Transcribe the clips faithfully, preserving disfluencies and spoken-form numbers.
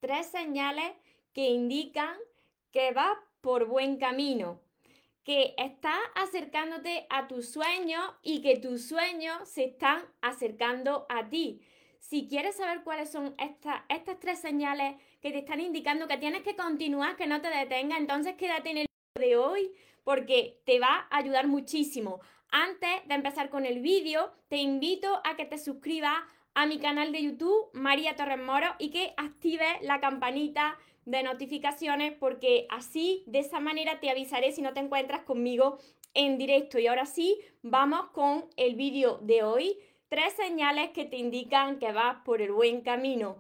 tres señales que indican que vas por buen camino, que estás acercándote a tus sueños y que tus sueños se están acercando a ti. Si quieres saber cuáles son estas, estas tres señales que te están indicando que tienes que continuar, que no te detengas, entonces quédate en el vídeo de hoy porque te va a ayudar muchísimo. Antes de empezar con el vídeo, te invito a que te suscribas a mi canal de YouTube, María Torres Moro, y que actives la campanita de notificaciones porque así, de esa manera, te avisaré si no te encuentras conmigo en directo. Y ahora sí, vamos con el vídeo de hoy. Tres señales que te indican que vas por el buen camino.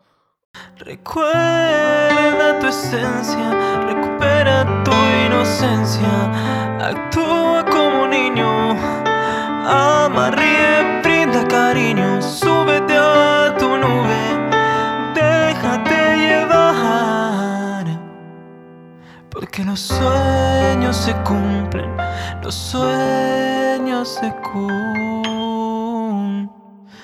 Recuerda tu esencia, recupera tu inocencia, actúa como niño, ama, ríe, brinda cariño, súbete a tu nube, déjate llevar, porque los sueños se cumplen, los sueños se cumplen.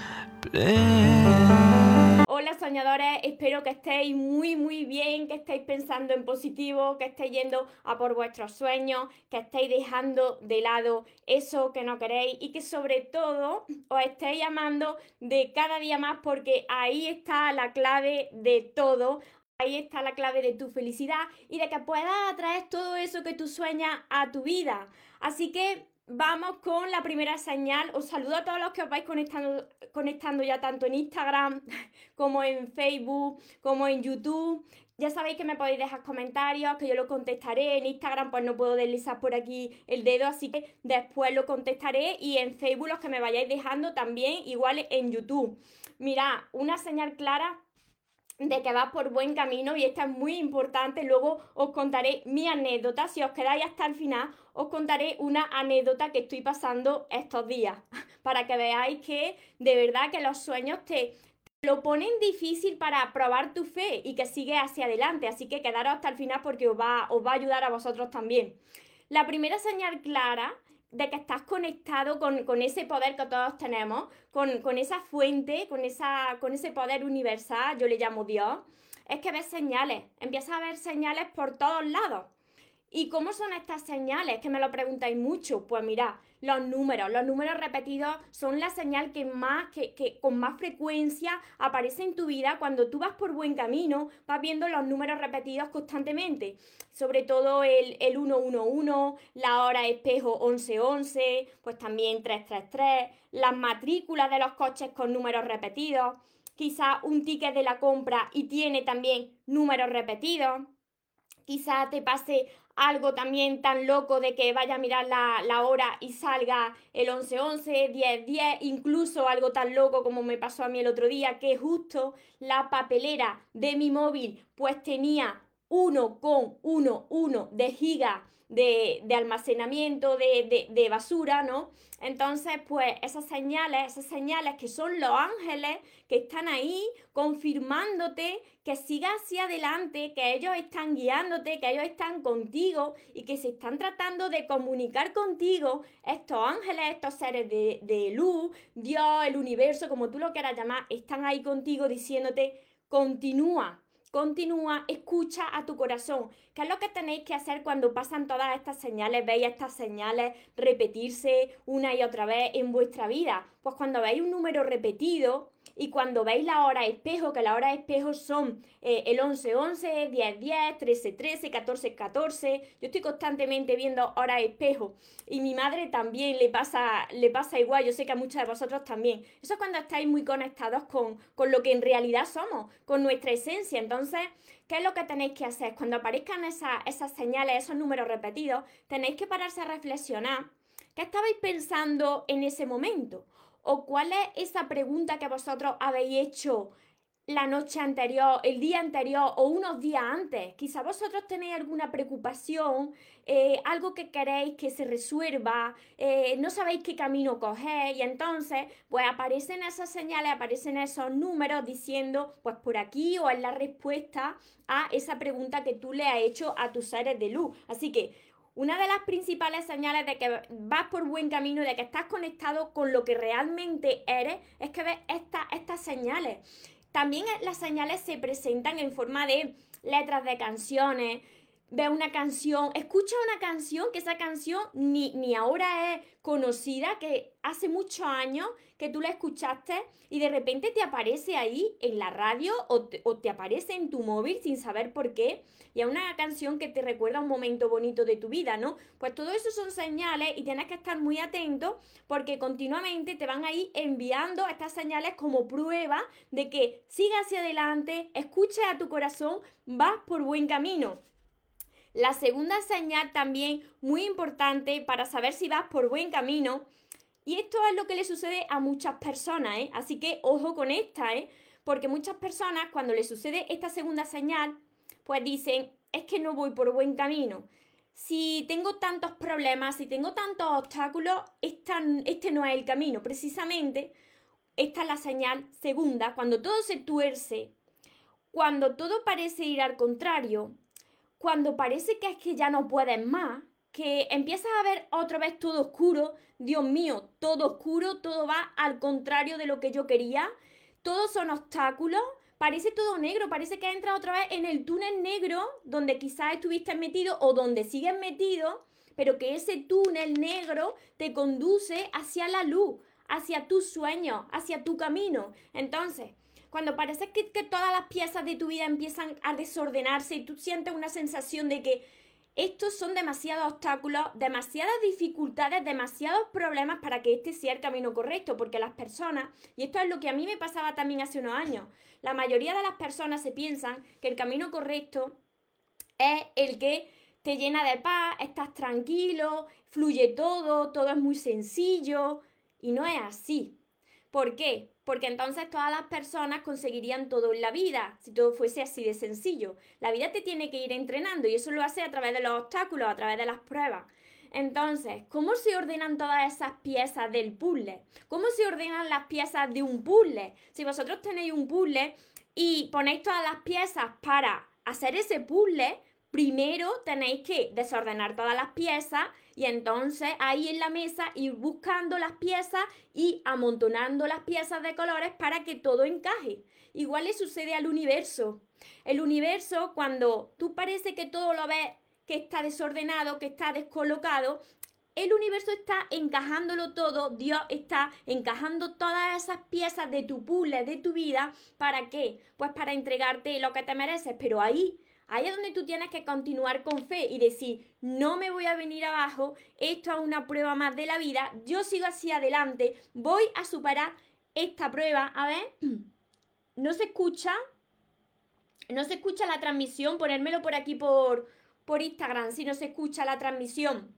Hola soñadores, espero que estéis muy muy bien, que estéis pensando en positivo, que estéis yendo a por vuestros sueños, que estéis dejando de lado eso que no queréis y que sobre todo os estéis amando de cada día más porque ahí está la clave de todo. Ahí está la clave de tu felicidad y de que puedas atraer todo eso que tú sueñas a tu vida. Así que vamos con la primera señal. Os saludo a todos los que os vais conectando, conectando ya tanto en Instagram como en Facebook, como en YouTube. Ya sabéis que me podéis dejar comentarios, que yo lo contestaré. En Instagram pues no puedo deslizar por aquí el dedo, así que después lo contestaré. Y en Facebook los que me vayáis dejando también, igual en YouTube. Mirad, una señal clara de que vas por buen camino y esta es muy importante. Luego os contaré mi anécdota. Si os quedáis hasta el final, os contaré una anécdota que estoy pasando estos días para que veáis que de verdad que los sueños te lo ponen difícil para probar tu fe y que sigue hacia adelante. Así que quedaros hasta el final porque os va, os va a ayudar a vosotros también. La primera señal clara de que estás conectado con, con ese poder que todos tenemos, con, con esa fuente, con, esa, con ese poder universal, yo le llamo Dios, es que ves señales, empiezas a ver señales por todos lados. ¿Y cómo son estas señales? Que me lo preguntáis mucho. Pues mirad, los números, los números repetidos son la señal que más, que, que con más frecuencia aparece en tu vida cuando tú vas por buen camino, vas viendo los números repetidos constantemente. Sobre todo el, el uno uno uno, la hora espejo once once, pues también tres tres tres, las matrículas de los coches con números repetidos, quizás un ticket de la compra y tiene también números repetidos. Quizá te pase algo también tan loco de que vaya a mirar la, la hora y salga el once once, diez diez, incluso algo tan loco como me pasó a mí el otro día, que justo la papelera de mi móvil pues tenía uno coma uno de giga de, de almacenamiento de, de, de basura, ¿no? Entonces, pues esas señales, esas señales que son los ángeles que están ahí confirmándote que sigas hacia adelante, que ellos están guiándote, que ellos están contigo y que se están tratando de comunicar contigo, estos ángeles, estos seres de, de luz, Dios, el universo, como tú lo quieras llamar, están ahí contigo diciéndote, continúa. Continúa, escucha a tu corazón. ¿Qué es lo que tenéis que hacer cuando pasan todas estas señales? ¿Veis estas señales repetirse una y otra vez en vuestra vida? Pues cuando veis un número repetido y cuando veis la hora espejo, que las horas espejo son eh, el once once, diez diez, trece trece, catorce catorce. Yo estoy constantemente viendo horas espejo y mi madre también le pasa, le pasa igual. Yo sé que a muchos de vosotros también. Eso es cuando estáis muy conectados con, con lo que en realidad somos, con nuestra esencia. Entonces, ¿qué es lo que tenéis que hacer? Cuando aparezcan esa, esas señales, esos números repetidos, tenéis que pararse a reflexionar. ¿Qué estabais pensando en ese momento? ¿O cuál es esa pregunta que vosotros habéis hecho la noche anterior, el día anterior o unos días antes? Quizá vosotros tenéis alguna preocupación, eh, algo que queréis que se resuelva, eh, no sabéis qué camino coger y entonces pues aparecen esas señales, aparecen esos números diciendo pues por aquí o es la respuesta a esa pregunta que tú le has hecho a tus seres de luz. Así que una de las principales señales de que vas por buen camino y de que estás conectado con lo que realmente eres es que ves esta, estas señales. También las señales se presentan en forma de letras de canciones. Ve una canción, escucha una canción que esa canción ni, ni ahora es conocida, que hace muchos años que tú la escuchaste y de repente te aparece ahí en la radio o te, o te aparece en tu móvil sin saber por qué, y es una canción que te recuerda un momento bonito de tu vida, ¿no? Pues todo eso son señales y tienes que estar muy atento porque continuamente te van a ir enviando estas señales como prueba de que sigas hacia adelante, escuches a tu corazón, vas por buen camino. La segunda señal también muy importante para saber si vas por buen camino, y esto es lo que le sucede a muchas personas, ¿eh? Así que ojo con esta, ¿eh? Porque muchas personas cuando les sucede esta segunda señal, pues dicen, es que no voy por buen camino. Si tengo tantos problemas, si tengo tantos obstáculos, esta, este no es el camino. Precisamente, esta es la señal segunda, cuando todo se tuerce, cuando todo parece ir al contrario, cuando parece que es que ya no puedes más, que empiezas a ver otra vez todo oscuro, Dios mío, todo oscuro, todo va al contrario de lo que yo quería, todos son obstáculos, parece todo negro, parece que has entrado otra vez en el túnel negro donde quizás estuviste metido o donde sigues metido, pero que ese túnel negro te conduce hacia la luz, hacia tus sueños, hacia tu camino. Entonces, cuando parece que, que todas las piezas de tu vida empiezan a desordenarse y tú sientes una sensación de que estos son demasiados obstáculos, demasiadas dificultades, demasiados problemas para que este sea el camino correcto, porque las personas, y esto es lo que a mí me pasaba también hace unos años, la mayoría de las personas se piensan que el camino correcto es el que te llena de paz, estás tranquilo, fluye todo, todo es muy sencillo, y no es así. ¿Por qué? Porque entonces todas las personas conseguirían todo en la vida, si todo fuese así de sencillo. La vida te tiene que ir entrenando y eso lo hace a través de los obstáculos, a través de las pruebas. Entonces, ¿cómo se ordenan todas esas piezas del puzzle? ¿Cómo se ordenan las piezas de un puzzle? Si vosotros tenéis un puzzle y ponéis todas las piezas para hacer ese puzzle, primero tenéis que desordenar todas las piezas y entonces ahí en la mesa ir buscando las piezas y amontonando las piezas de colores para que todo encaje. Igual le sucede al universo. El universo, cuando tú parece que todo lo ves que está desordenado, que está descolocado, el universo está encajándolo todo, Dios está encajando todas esas piezas de tu puzzle, de tu vida. ¿Para qué? Pues para entregarte lo que te mereces, pero ahí... Ahí es donde tú tienes que continuar con fe y decir, no me voy a venir abajo, esto es una prueba más de la vida, yo sigo hacia adelante, voy a superar esta prueba. A ver, no se escucha, no se escucha la transmisión, ponérmelo por aquí por, por Instagram, si no se escucha la transmisión.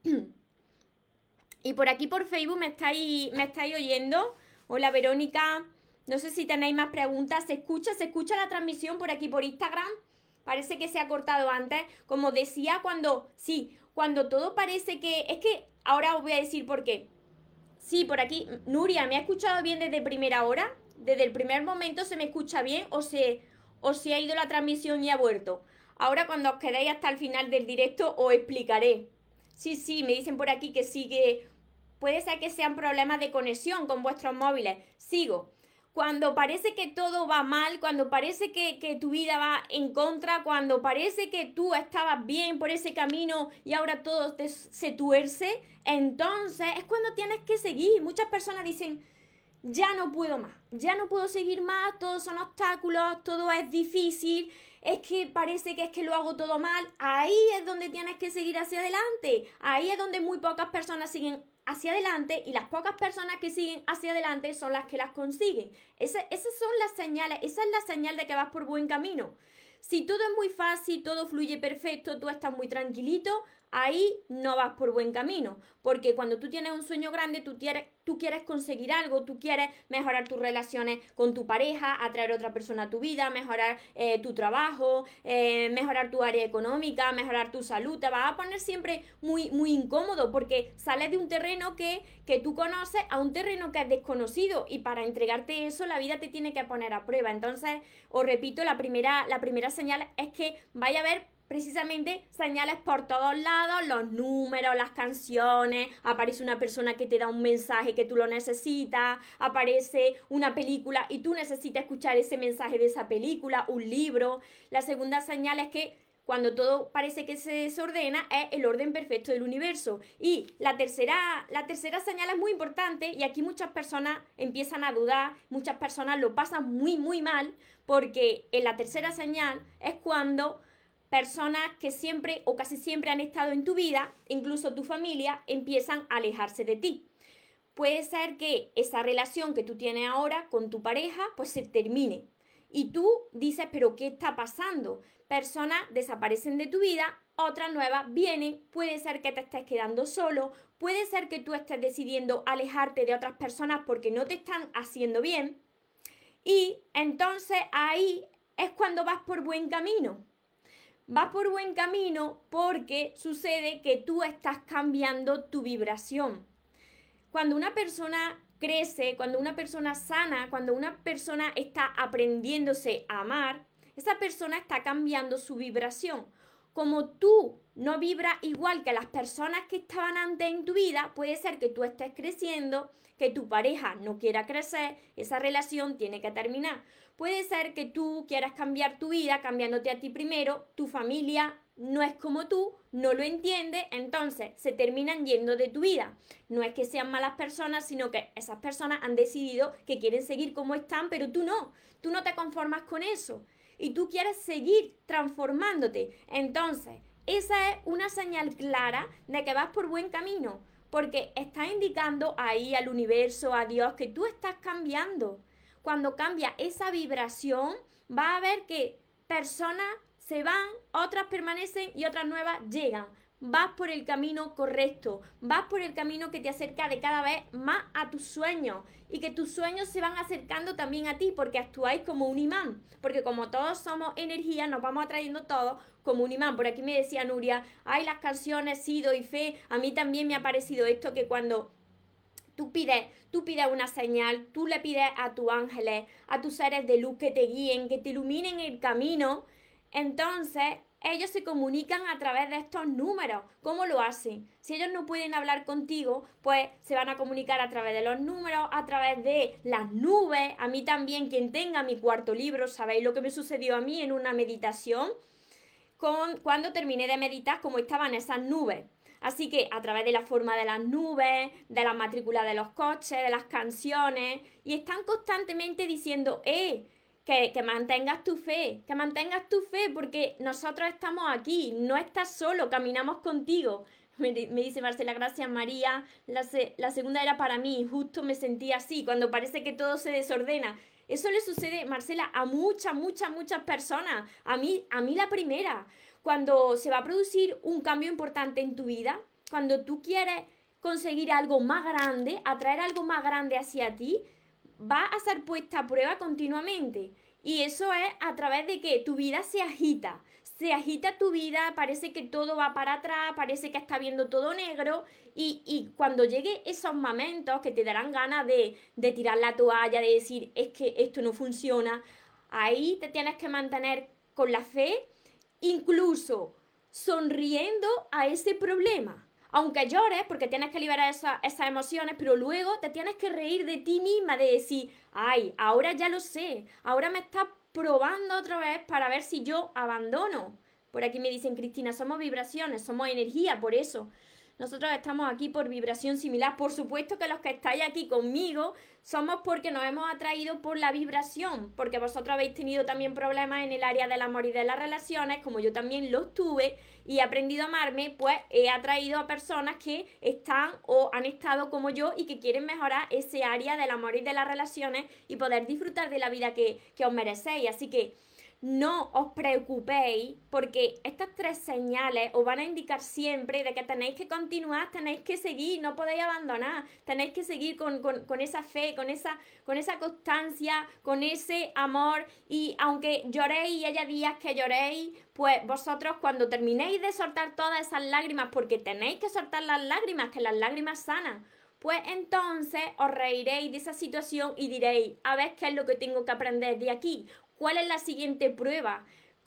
Y por aquí por Facebook me estáis, me estáis oyendo. Hola Verónica, no sé si tenéis más preguntas, ¿se escucha? ¿Se escucha la transmisión por aquí por Instagram? Parece que se ha cortado antes, como decía, cuando, sí, cuando todo parece que, es que ahora os voy a decir por qué. Sí, por aquí, Nuria, ¿me ha escuchado bien desde primera hora? ¿Desde el primer momento se me escucha bien o se, o se ha ido la transmisión y ha vuelto? Ahora cuando os quedéis hasta el final del directo os explicaré. Sí, sí, me dicen por aquí que sí, que puede ser que sean problemas de conexión con vuestros móviles. Sigo. Cuando parece que todo va mal, cuando parece que, que tu vida va en contra, cuando parece que tú estabas bien por ese camino y ahora todo te, se tuerce, entonces es cuando tienes que seguir. Muchas personas dicen, ya no puedo más, ya no puedo seguir más, todos son obstáculos, todo es difícil, es que parece que es que lo hago todo mal. Ahí es donde tienes que seguir hacia adelante, ahí es donde muy pocas personas siguen hacia adelante y las pocas personas que siguen hacia adelante son las que las consiguen. Esa, esas son las señales, esa es la señal de que vas por buen camino. Si todo es muy fácil, todo fluye perfecto, tú estás muy tranquilito, ahí no vas por buen camino. Porque cuando tú tienes un sueño grande, tú quieres, tú quieres conseguir algo, tú quieres mejorar tus relaciones con tu pareja, atraer a otra persona a tu vida, mejorar eh, tu trabajo, eh, mejorar tu área económica, mejorar tu salud. Te vas a poner siempre muy, muy incómodo porque sales de un terreno que, que tú conoces a un terreno que es desconocido y para entregarte eso la vida te tiene que poner a prueba. Entonces, os repito, la primera, la primera señal es que vaya a haber precisamente señales por todos lados, los números, las canciones, aparece una persona que te da un mensaje que tú lo necesitas, aparece una película y tú necesitas escuchar ese mensaje de esa película, un libro. La segunda señal es que cuando todo parece que se desordena, es el orden perfecto del universo. Y la tercera, la tercera señal es muy importante y aquí muchas personas empiezan a dudar, muchas personas lo pasan muy, muy mal, porque en la tercera señal es cuando personas que siempre o casi siempre han estado en tu vida, incluso tu familia, empiezan a alejarse de ti. Puede ser que esa relación que tú tienes ahora con tu pareja pues se termine y tú dices, pero ¿qué está pasando? Personas desaparecen de tu vida, otras nuevas vienen, puede ser que te estés quedando solo, puede ser que tú estés decidiendo alejarte de otras personas porque no te están haciendo bien y entonces ahí es cuando vas por buen camino. Vas por buen camino porque sucede que tú estás cambiando tu vibración. Cuando una persona crece, cuando una persona sana, cuando una persona está aprendiéndose a amar, esa persona está cambiando su vibración. Como tú no vibras igual que las personas que estaban antes en tu vida, puede ser que tú estés creciendo, que tu pareja no quiera crecer, esa relación tiene que terminar. Puede ser que tú quieras cambiar tu vida cambiándote a ti primero, tu familia no es como tú, no lo entiende, entonces se terminan yendo de tu vida. No es que sean malas personas, sino que esas personas han decidido que quieren seguir como están, pero tú no, tú no te conformas con eso y tú quieres seguir transformándote. Entonces, esa es una señal clara de que vas por buen camino, porque está indicando ahí al universo, a Dios, que tú estás cambiando. Cuando cambia esa vibración, va a ver que personas se van, otras permanecen y otras nuevas llegan. Vas por el camino correcto, vas por el camino que te acerca de cada vez más a tus sueños y que tus sueños se van acercando también a ti porque actuáis como un imán, porque como todos somos energía, nos vamos atrayendo todos como un imán. Por aquí me decía Nuria, ay, las canciones, sí, doy fe, a mí también me ha parecido esto que cuando Tú pides, tú pides una señal, tú le pides a tus ángeles, a tus seres de luz que te guíen, que te iluminen el camino. Entonces, ellos se comunican a través de estos números. ¿Cómo lo hacen? Si ellos no pueden hablar contigo, pues se van a comunicar a través de los números, a través de las nubes. A mí también, quien tenga mi cuarto libro, ¿sabéis lo que me sucedió a mí en una meditación? Con, cuando terminé de meditar, cómo estaban esas nubes. Así que a través de la forma de las nubes, de las matrículas de los coches, de las canciones, y están constantemente diciendo, eh, que, que mantengas tu fe, que mantengas tu fe, porque nosotros estamos aquí, no estás solo, caminamos contigo. Me, me dice Marcela, gracias María, la, se, la segunda era para mí, justo me sentí así, cuando parece que todo se desordena. Eso le sucede, Marcela, a muchas, muchas, muchas personas, a mí, a mí la primera. Cuando se va a producir un cambio importante en tu vida, cuando tú quieres conseguir algo más grande, atraer algo más grande hacia ti, va a ser puesta a prueba continuamente. Y eso es a través de que tu vida se agita. Se agita tu vida, parece que todo va para atrás, parece que está viendo todo negro. Y, y cuando lleguen esos momentos que te darán ganas de, de tirar la toalla, de decir, es que esto no funciona, ahí te tienes que mantener con la fe, incluso sonriendo a ese problema. Aunque llores, porque tienes que liberar esa, esas emociones, pero luego te tienes que reír de ti misma, de decir, ay, ahora ya lo sé, ahora me estás probando otra vez para ver si yo abandono. Por aquí me dicen, Cristina, somos vibraciones, somos energía, por eso. Nosotros estamos aquí por vibración similar. Por supuesto que los que estáis aquí conmigo somos porque nos hemos atraído por la vibración, porque vosotros habéis tenido también problemas en el área del amor y de las relaciones, como yo también los tuve, y he aprendido a amarme, pues he atraído a personas que están o han estado como yo y que quieren mejorar ese área del amor y de las relaciones y poder disfrutar de la vida que, que os merecéis. Así que no os preocupéis porque estas tres señales os van a indicar siempre de que tenéis que continuar, tenéis que seguir, no podéis abandonar, tenéis que seguir con, con, con esa fe, con esa, con esa constancia, con ese amor. Y aunque lloréis y haya días que lloréis, pues vosotros cuando terminéis de soltar todas esas lágrimas, porque tenéis que soltar las lágrimas, que las lágrimas sanan, pues entonces os reiréis de esa situación y diréis, a ver qué es lo que tengo que aprender de aquí. ¿Cuál es la siguiente prueba?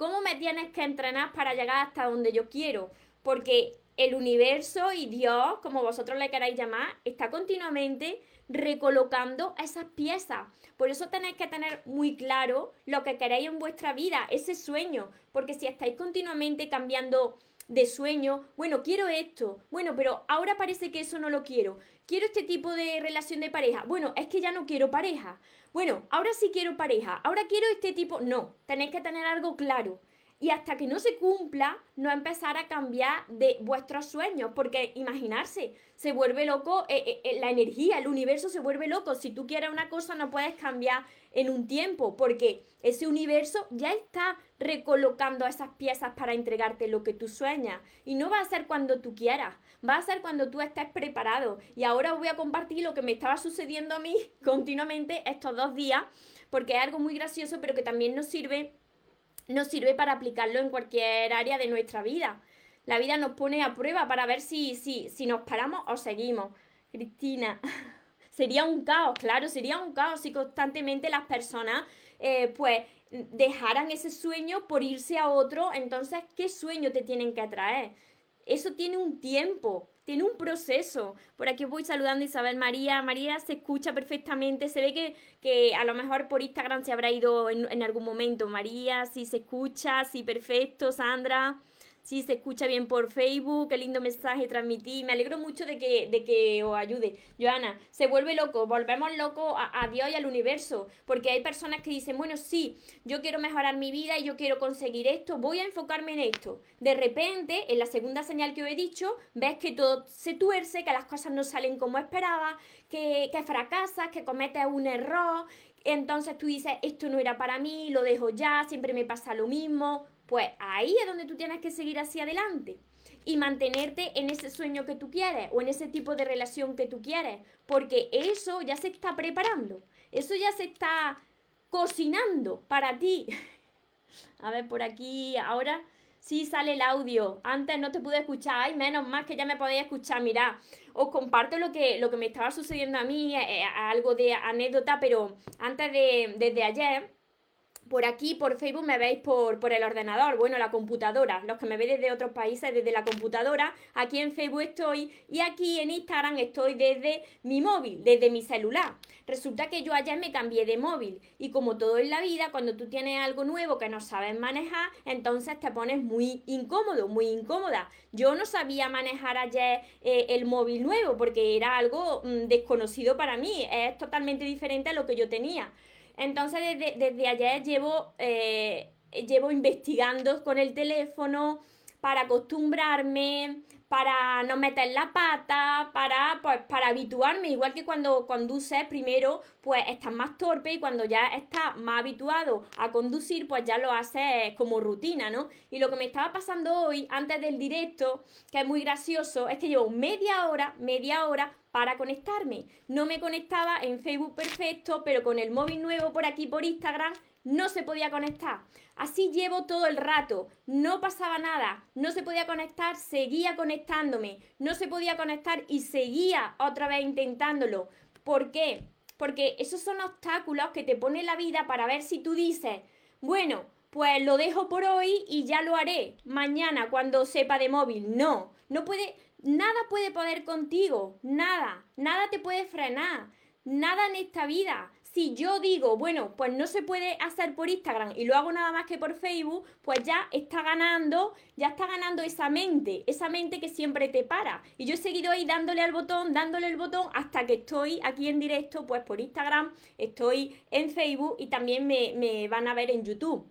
¿Cómo me tienes que entrenar para llegar hasta donde yo quiero? Porque el universo y Dios, como vosotros le queráis llamar, está continuamente recolocando esas piezas. Por eso tenéis que tener muy claro lo que queréis en vuestra vida, ese sueño, porque si estáis continuamente cambiando de sueño, bueno, quiero esto, bueno, pero ahora parece que eso no lo quiero, quiero este tipo de relación de pareja, bueno, es que ya no quiero pareja, bueno, ahora sí quiero pareja, ahora quiero este tipo, no, tenéis que tener algo claro. Y hasta que no se cumpla, no empezar a cambiar de vuestros sueños, porque imaginarse, se vuelve loco eh, eh, la energía, el universo se vuelve loco. Si tú quieres una cosa, no puedes cambiar en un tiempo, porque ese universo ya está recolocando esas piezas para entregarte lo que tú sueñas. Y no va a ser cuando tú quieras, va a ser cuando tú estés preparado. Y ahora os voy a compartir lo que me estaba sucediendo a mí continuamente estos dos días, porque es algo muy gracioso, pero que también nos sirve nos sirve para aplicarlo en cualquier área de nuestra vida. La vida nos pone a prueba para ver si, si, si nos paramos o seguimos. Cristina, sería un caos, claro, sería un caos si constantemente las personas eh, pues dejaran ese sueño por irse a otro. Entonces, ¿qué sueño te tienen que atraer? Eso tiene un tiempo, tiene un proceso. Por aquí os voy saludando a Isabel María. María se escucha perfectamente. Se ve que, que a lo mejor por Instagram se habrá ido en, en algún momento. María, sí se escucha, sí, perfecto. Sandra, sí se escucha bien por Facebook. Qué lindo mensaje transmití. Me alegro mucho de que, de que os ayude. Joana, se vuelve loco. Volvemos locos a, a Dios y al universo. Porque hay personas que dicen, bueno, sí, yo quiero mejorar mi vida y yo quiero conseguir esto. Voy a enfocarme en esto. De repente, en la segunda señal que os he dicho, ves que todo se tuerce, que las cosas no salen como esperabas, que, que fracasas, que cometes un error. Entonces tú dices, esto no era para mí, lo dejo ya, siempre me pasa lo mismo. Pues ahí es donde tú tienes que seguir hacia adelante y mantenerte en ese sueño que tú quieres o en ese tipo de relación que tú quieres, porque eso ya se está preparando, eso ya se está cocinando para ti. A ver, por aquí ahora sí sale el audio. Antes no te pude escuchar. Ay, menos mal que ya me podéis escuchar. Mirad, os comparto lo que, lo que me estaba sucediendo a mí, eh, algo de anécdota, pero antes de, desde ayer, por aquí, por Facebook, me veis por, por el ordenador, bueno, la computadora. Los que me veis desde otros países, desde la computadora. Aquí en Facebook estoy y aquí en Instagram estoy desde mi móvil, desde mi celular. Resulta que yo ayer me cambié de móvil y como todo en la vida, cuando tú tienes algo nuevo que no sabes manejar, entonces te pones muy incómodo, muy incómoda. Yo no sabía manejar ayer eh, el móvil nuevo porque era algo mmm, desconocido para mí. Es totalmente diferente a lo que yo tenía. Entonces desde, desde ayer llevo, eh, llevo investigando con el teléfono para acostumbrarme, para no meter la pata, para, pues, para habituarme, igual que cuando conduces primero, pues estás más torpe y cuando ya estás más habituado a conducir, pues ya lo haces como rutina, ¿no? Y lo que me estaba pasando hoy, antes del directo, que es muy gracioso, es que llevo media hora, media hora para conectarme. No me conectaba en Facebook perfecto, pero con el móvil nuevo por aquí, por Instagram, no se podía conectar. Así llevo todo el rato, no pasaba nada, no se podía conectar, seguía conectándome, no se podía conectar y seguía otra vez intentándolo. ¿Por qué? Porque esos son obstáculos que te pone la vida para ver si tú dices, bueno, pues lo dejo por hoy y ya lo haré mañana cuando sepa de móvil. No, no puede, nada puede poder contigo, nada, nada te puede frenar, nada en esta vida. Si yo digo, bueno, pues no se puede hacer por Instagram y lo hago nada más que por Facebook, pues ya está ganando, ya está ganando esa mente, esa mente que siempre te para. Y yo he seguido ahí dándole al botón, dándole el botón, hasta que estoy aquí en directo, pues por Instagram, estoy en Facebook y también me, me van a ver en YouTube.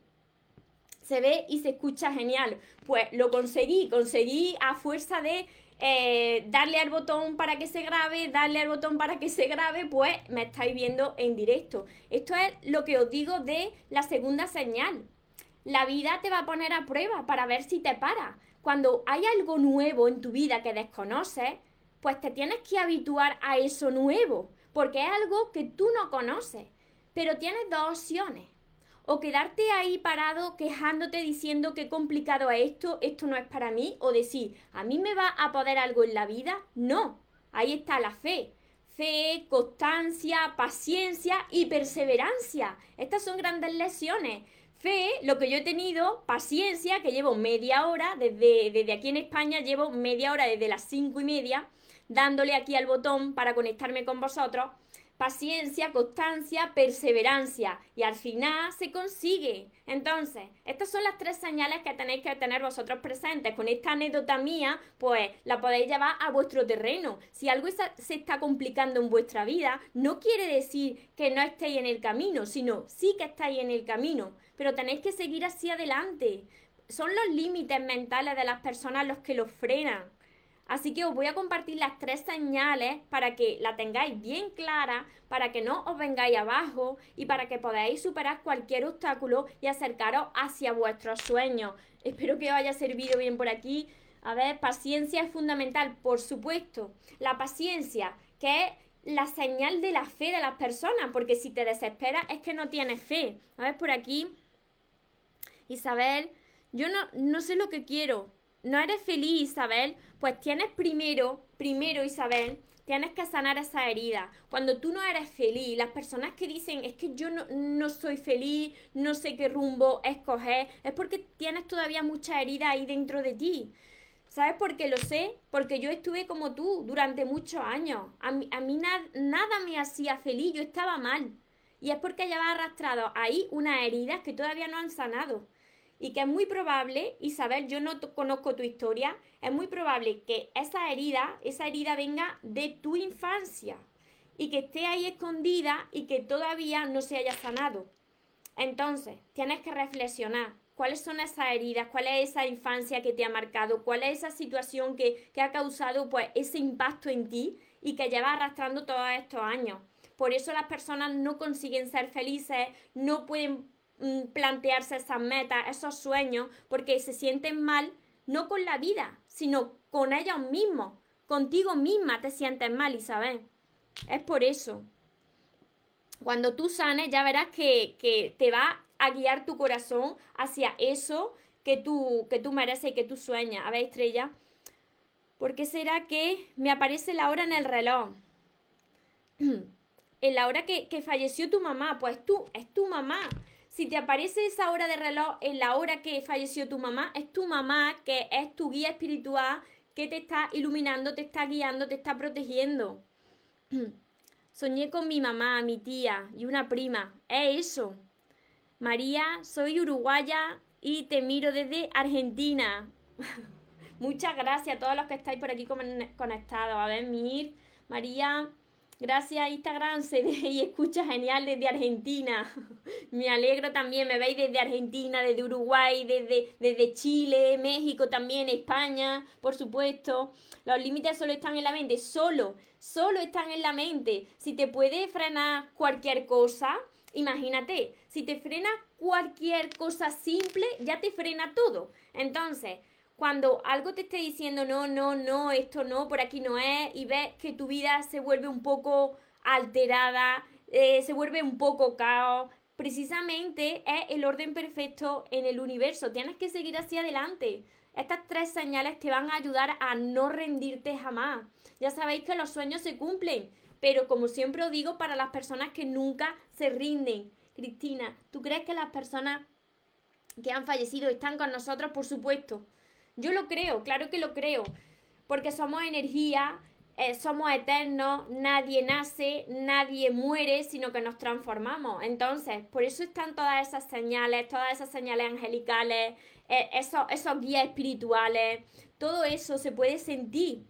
Se ve y se escucha genial. Pues lo conseguí, conseguí a fuerza de... Eh, darle al botón para que se grabe, darle al botón para que se grabe, pues me estáis viendo en directo. Esto es lo que os digo de la segunda señal. La vida te va a poner a prueba para ver si te para. Cuando hay algo nuevo en tu vida que desconoces, pues te tienes que habituar a eso nuevo, porque es algo que tú no conoces. Pero tienes dos opciones. O quedarte ahí parado quejándote diciendo qué complicado es esto, esto no es para mí, o decir, ¿a mí me va a poder algo en la vida? No, ahí está la fe. Fe, constancia, paciencia y perseverancia. Estas son grandes lecciones. Fe, lo que yo he tenido, paciencia, que llevo media hora, desde, desde aquí en España llevo media hora desde las cinco y media, dándole aquí al botón para conectarme con vosotros. Paciencia, constancia, perseverancia. Y al final se consigue. Entonces, estas son las tres señales que tenéis que tener vosotros presentes. Con esta anécdota mía, pues la podéis llevar a vuestro terreno. Si algo se está complicando en vuestra vida, no quiere decir que no estéis en el camino, sino sí que estáis en el camino. Pero tenéis que seguir hacia adelante. Son los límites mentales de las personas los que los frenan. Así que os voy a compartir las tres señales para que la tengáis bien clara, para que no os vengáis abajo y para que podáis superar cualquier obstáculo y acercaros hacia vuestros sueños. Espero que os haya servido bien por aquí. A ver, paciencia es fundamental, por supuesto. La paciencia, que es la señal de la fe de las personas, porque si te desesperas es que no tienes fe. A ver, por aquí, Isabel, yo no, no sé lo que quiero. ¿No eres feliz, Isabel? Pues tienes primero, primero, Isabel, tienes que sanar esa herida. Cuando tú no eres feliz, las personas que dicen, es que yo no, no soy feliz, no sé qué rumbo escoger, es porque tienes todavía mucha herida ahí dentro de ti. ¿Sabes por qué lo sé? Porque yo estuve como tú durante muchos años. A mí, a mí na- nada me hacía feliz, yo estaba mal. Y es porque llevaba arrastrado ahí unas heridas que todavía no han sanado. Y que es muy probable, Isabel, yo no conozco tu historia, es muy probable que esa herida, esa herida venga de tu infancia y que esté ahí escondida y que todavía no se haya sanado. Entonces, tienes que reflexionar cuáles son esas heridas, cuál es esa infancia que te ha marcado, cuál es esa situación que, que ha causado pues ese impacto en ti y que llevas arrastrando todos estos años. Por eso las personas no consiguen ser felices, no pueden plantearse esas metas, esos sueños, porque se sienten mal, no con la vida, sino con ellos mismos. Contigo misma te sientes mal, Isabel. Es por eso. Cuando tú sanes, ya verás que, que te va a guiar tu corazón hacia eso que tú, que tú mereces y que tú sueñas. A ver, Estrella, ¿por qué será que me aparece la hora en el reloj? En la hora que, que falleció tu mamá, pues tú, es tu mamá. Si te aparece esa hora de reloj en la hora que falleció tu mamá, es tu mamá que es tu guía espiritual que te está iluminando, te está guiando, te está protegiendo. Soñé con mi mamá, mi tía y una prima. Es eso. María, soy uruguaya y te miro desde Argentina. Muchas gracias a todos los que estáis por aquí conectados. A ver, Mir, María, gracias Instagram, se ve y escucha genial desde Argentina. Me alegro también, me veis desde Argentina, desde Uruguay, desde, desde Chile, México también, España, por supuesto. Los límites solo están en la mente, solo, solo están en la mente. Si te puede frenar cualquier cosa, imagínate, si te frena cualquier cosa simple, ya te frena todo. Entonces, cuando algo te esté diciendo no, no, no, esto no, por aquí no es, y ves que tu vida se vuelve un poco alterada, eh, se vuelve un poco caos, precisamente es el orden perfecto en el universo. Tienes que seguir hacia adelante. Estas tres señales te van a ayudar a no rendirte jamás. Ya sabéis que los sueños se cumplen, pero como siempre os digo, para las personas que nunca se rinden. Cristina, ¿tú crees que las personas que han fallecido están con nosotros? Por supuesto. Yo lo creo, claro que lo creo, porque somos energía, eh, somos eternos, nadie nace, nadie muere, sino que nos transformamos. Entonces, por eso están todas esas señales, todas esas señales angelicales, eh, esos, esos guías espirituales, todo eso se puede sentir.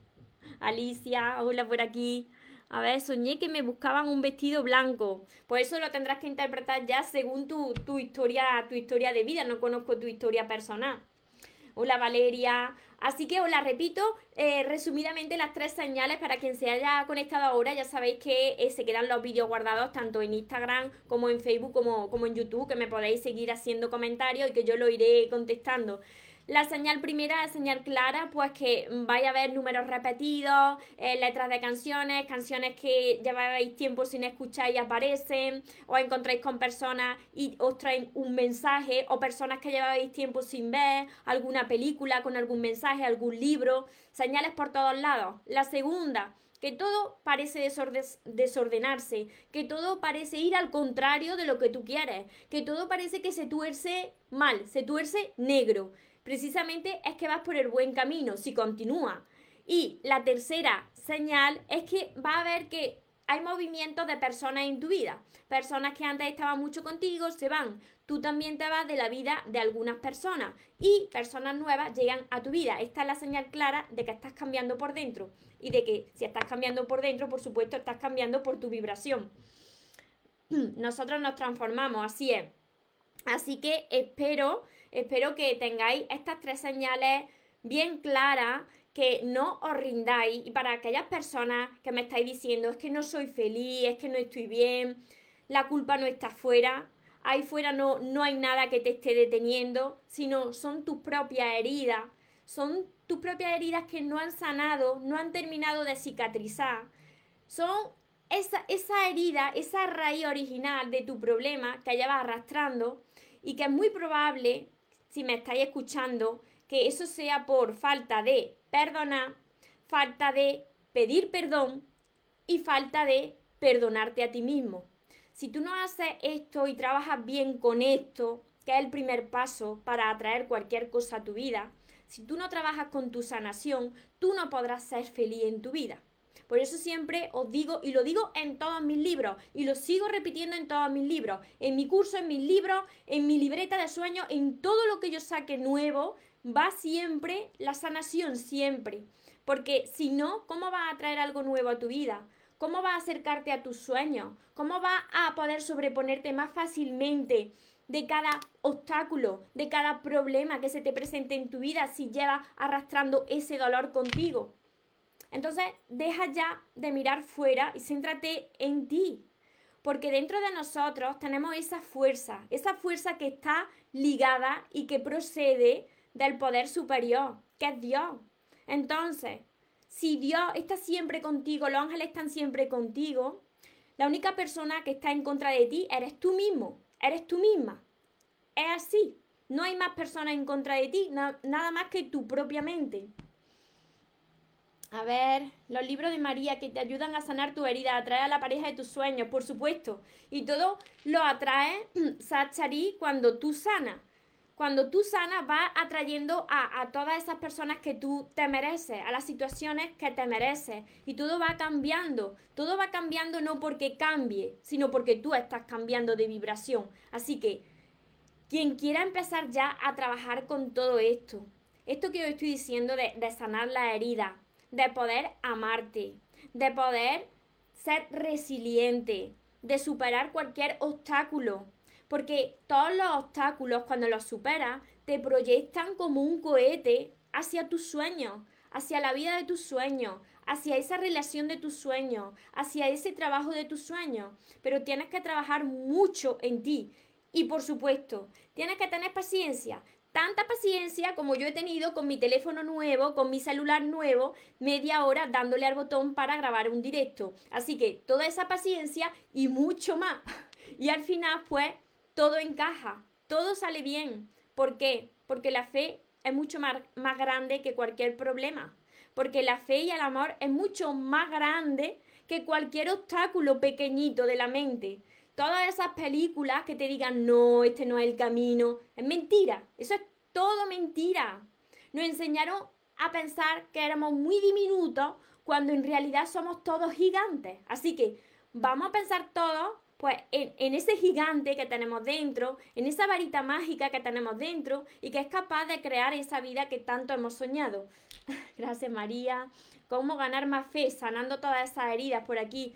Alicia, hola por aquí. A ver, soñé que me buscaban un vestido blanco. Pues eso lo tendrás que interpretar ya según tu, tu historia, tu historia de vida. No conozco tu historia personal. Hola Valeria. Así que os la repito eh, resumidamente las tres señales para quien se haya conectado ahora. Ya sabéis que eh, se quedan los vídeos guardados tanto en Instagram como en Facebook como, como en YouTube, que me podéis seguir haciendo comentarios y que yo lo iré contestando. La señal primera, la señal clara, pues que vaya a haber números repetidos, eh, letras de canciones, canciones que lleváis tiempo sin escuchar y aparecen, os encontráis con personas y os traen un mensaje, o personas que lleváis tiempo sin ver, alguna película con algún mensaje, algún libro, señales por todos lados. La segunda, que todo parece desorde- desordenarse, que todo parece ir al contrario de lo que tú quieres, que todo parece que se tuerce mal, se tuerce negro. Precisamente es que vas por el buen camino, si continúa. Y la tercera señal es que va a ver que hay movimientos de personas en tu vida. Personas que antes estaban mucho contigo se van. Tú también te vas de la vida de algunas personas y personas nuevas llegan a tu vida. Esta es la señal clara de que estás cambiando por dentro y de que si estás cambiando por dentro, por supuesto, estás cambiando por tu vibración. Nosotros nos transformamos, así es. Así que espero, espero que tengáis estas tres señales bien claras, que no os rindáis. Y para aquellas personas que me estáis diciendo, es que no soy feliz, es que no estoy bien, la culpa no está fuera, ahí fuera no, no hay nada que te esté deteniendo, sino son tus propias heridas, son tus propias heridas que no han sanado, no han terminado de cicatrizar, son esa, esa herida, esa raíz original de tu problema que llevas arrastrando y que es muy probable, si me estáis escuchando, que eso sea por falta de perdonar, falta de pedir perdón y falta de perdonarte a ti mismo. Si tú no haces esto y trabajas bien con esto, que es el primer paso para atraer cualquier cosa a tu vida, si tú no trabajas con tu sanación, tú no podrás ser feliz en tu vida. Por eso siempre os digo, y lo digo en todos mis libros, y lo sigo repitiendo en todos mis libros, en mi curso, en mis libros, en mi libreta de sueños, en todo lo que yo saque nuevo, va siempre la sanación, siempre. Porque si no, ¿cómo vas a traer algo nuevo a tu vida? ¿Cómo vas a acercarte a tus sueños? ¿Cómo vas a poder sobreponerte más fácilmente de cada obstáculo, de cada problema que se te presente en tu vida si llevas arrastrando ese dolor contigo? Entonces, deja ya de mirar fuera y céntrate en ti. Porque dentro de nosotros tenemos esa fuerza, esa fuerza que está ligada y que procede del poder superior, que es Dios. Entonces, si Dios está siempre contigo, los ángeles están siempre contigo, la única persona que está en contra de ti eres tú mismo, eres tú misma. Es así. No hay más personas en contra de ti, na- nada más que tu propia mente. A ver, los libros de María que te ayudan a sanar tu herida, a atraer a la pareja de tus sueños, por supuesto. Y todo lo atrae Sachari cuando tú sanas. Cuando tú sanas vas atrayendo a, a todas esas personas que tú te mereces, a las situaciones que te mereces. Y todo va cambiando. Todo va cambiando no porque cambie, sino porque tú estás cambiando de vibración. Así que quien quiera empezar ya a trabajar con todo esto, esto que yo estoy diciendo de, de sanar la herida, de poder amarte, de poder ser resiliente, de superar cualquier obstáculo. Porque todos los obstáculos, cuando los superas, te proyectan como un cohete hacia tus sueños, hacia la vida de tus sueños, hacia esa relación de tus sueños, hacia ese trabajo de tus sueños. Pero tienes que trabajar mucho en ti. Y por supuesto, tienes que tener paciencia. Tanta paciencia como yo he tenido con mi teléfono nuevo, con mi celular nuevo, media hora dándole al botón para grabar un directo. Así que toda esa paciencia y mucho más. Y al final, pues, todo encaja, todo sale bien. ¿Por qué? Porque la fe es mucho más, más grande que cualquier problema. Porque la fe y el amor es mucho más grande que cualquier obstáculo pequeñito de la mente. Todas esas películas que te digan, no, este no es el camino, es mentira. Eso es todo mentira. Nos enseñaron a pensar que éramos muy diminutos cuando en realidad somos todos gigantes. Así que vamos a pensar todos pues, en, en ese gigante que tenemos dentro, en esa varita mágica que tenemos dentro y que es capaz de crear esa vida que tanto hemos soñado. Gracias, María. ¿Cómo ganar más fe? Sanando todas esas heridas por aquí.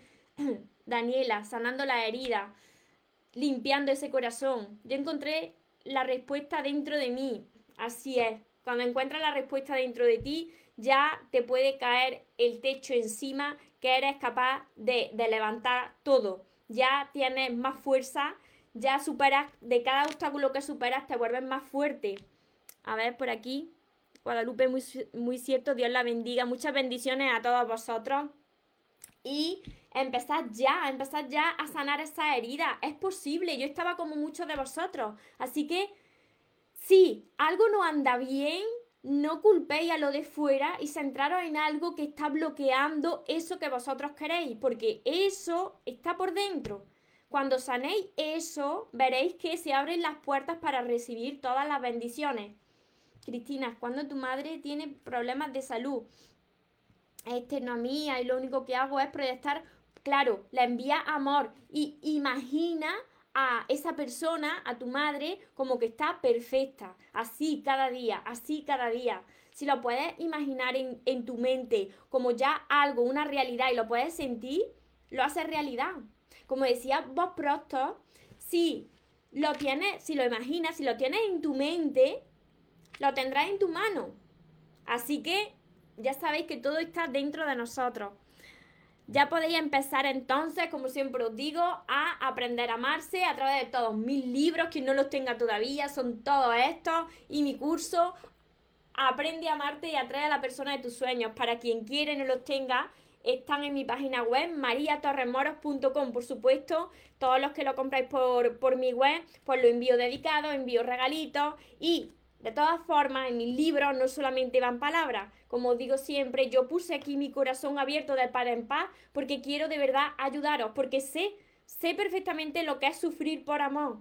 Daniela, sanando la herida, limpiando ese corazón. Yo encontré la respuesta dentro de mí. Así es. Cuando encuentras la respuesta dentro de ti, ya te puede caer el techo encima, que eres capaz de, de levantar todo. Ya tienes más fuerza, ya superas, de cada obstáculo que superas, te vuelves más fuerte. A ver, por aquí. Guadalupe, muy, muy cierto, Dios la bendiga. Muchas bendiciones a todos vosotros. Y empezad ya, empezad ya a sanar esa herida. Es posible, yo estaba como muchos de vosotros. Así que, si algo no anda bien, no culpéis a lo de fuera y centraros en algo que está bloqueando eso que vosotros queréis, porque eso está por dentro. Cuando sanéis eso, veréis que se abren las puertas para recibir todas las bendiciones. Cristina, cuando tu madre tiene problemas de salud, es externo a mí y lo único que hago es proyectar, claro, le envía amor y imagina a esa persona, a tu madre, como que está perfecta, así cada día, así cada día. Si lo puedes imaginar en, en tu mente como ya algo, una realidad y lo puedes sentir, lo haces realidad. Como decía Bob Proctor, si lo tienes, si lo imaginas, si lo tienes en tu mente, lo tendrás en tu mano. Así que ya sabéis que todo está dentro de nosotros. Ya podéis empezar entonces, como siempre os digo, a aprender a amarse a través de todos mis libros. Quien no los tenga todavía, son todos estos. Y mi curso, Aprende a amarte y atrae a la persona de tus sueños. Para quien quiere no los tenga, están en mi página web, maria torres moros punto com. Por supuesto, todos los que lo compráis por, por mi web, pues lo envío dedicado, envío regalitos. Y de todas formas, en mis libros no solamente van palabras. Como os digo siempre, yo puse aquí mi corazón abierto de par en par porque quiero de verdad ayudaros, porque sé, sé perfectamente lo que es sufrir por amor.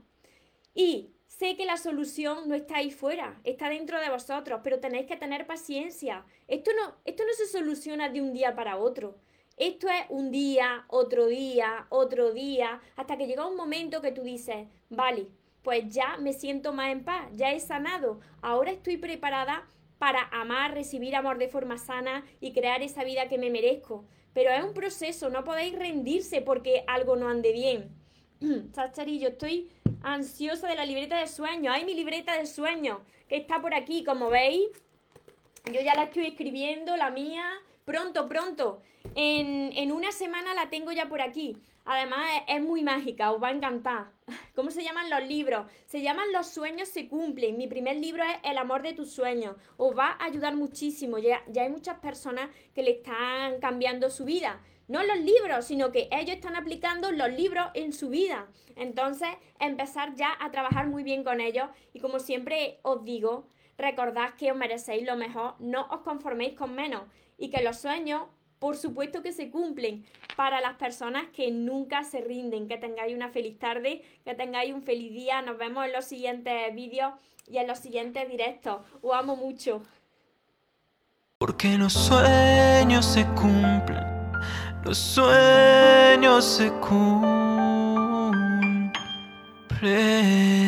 Y sé que la solución no está ahí fuera, está dentro de vosotros, pero tenéis que tener paciencia. Esto no, esto no se soluciona de un día para otro. Esto es un día, otro día, otro día, hasta que llega un momento que tú dices, vale, pues ya me siento más en paz, ya he sanado, ahora estoy preparada para amar, recibir amor de forma sana y crear esa vida que me merezco. Pero es un proceso, no podéis rendirse porque algo no ande bien. Chachari, yo estoy ansiosa de la libreta de sueños. ¡Ay, mi libreta de sueños! Que está por aquí, como veis. Yo ya la estoy escribiendo, la mía. Pronto, pronto. En, en una semana la tengo ya por aquí. Además es, es muy mágica, os va a encantar. ¿Cómo se llaman los libros? Se llaman Los sueños se cumplen. Mi primer libro es El amor de tus sueños. Os va a ayudar muchísimo. Ya, ya hay muchas personas que le están cambiando su vida. No los libros, sino que ellos están aplicando los libros en su vida. Entonces, empezar ya a trabajar muy bien con ellos. Y como siempre os digo, recordad que os merecéis lo mejor, no os conforméis con menos. Y que los sueños, por supuesto que se cumplen para las personas que nunca se rinden. Que tengáis una feliz tarde, que tengáis un feliz día. Nos vemos en los siguientes vídeos y en los siguientes directos. Os amo mucho. Porque los sueños se cumplen, los sueños se cumplen.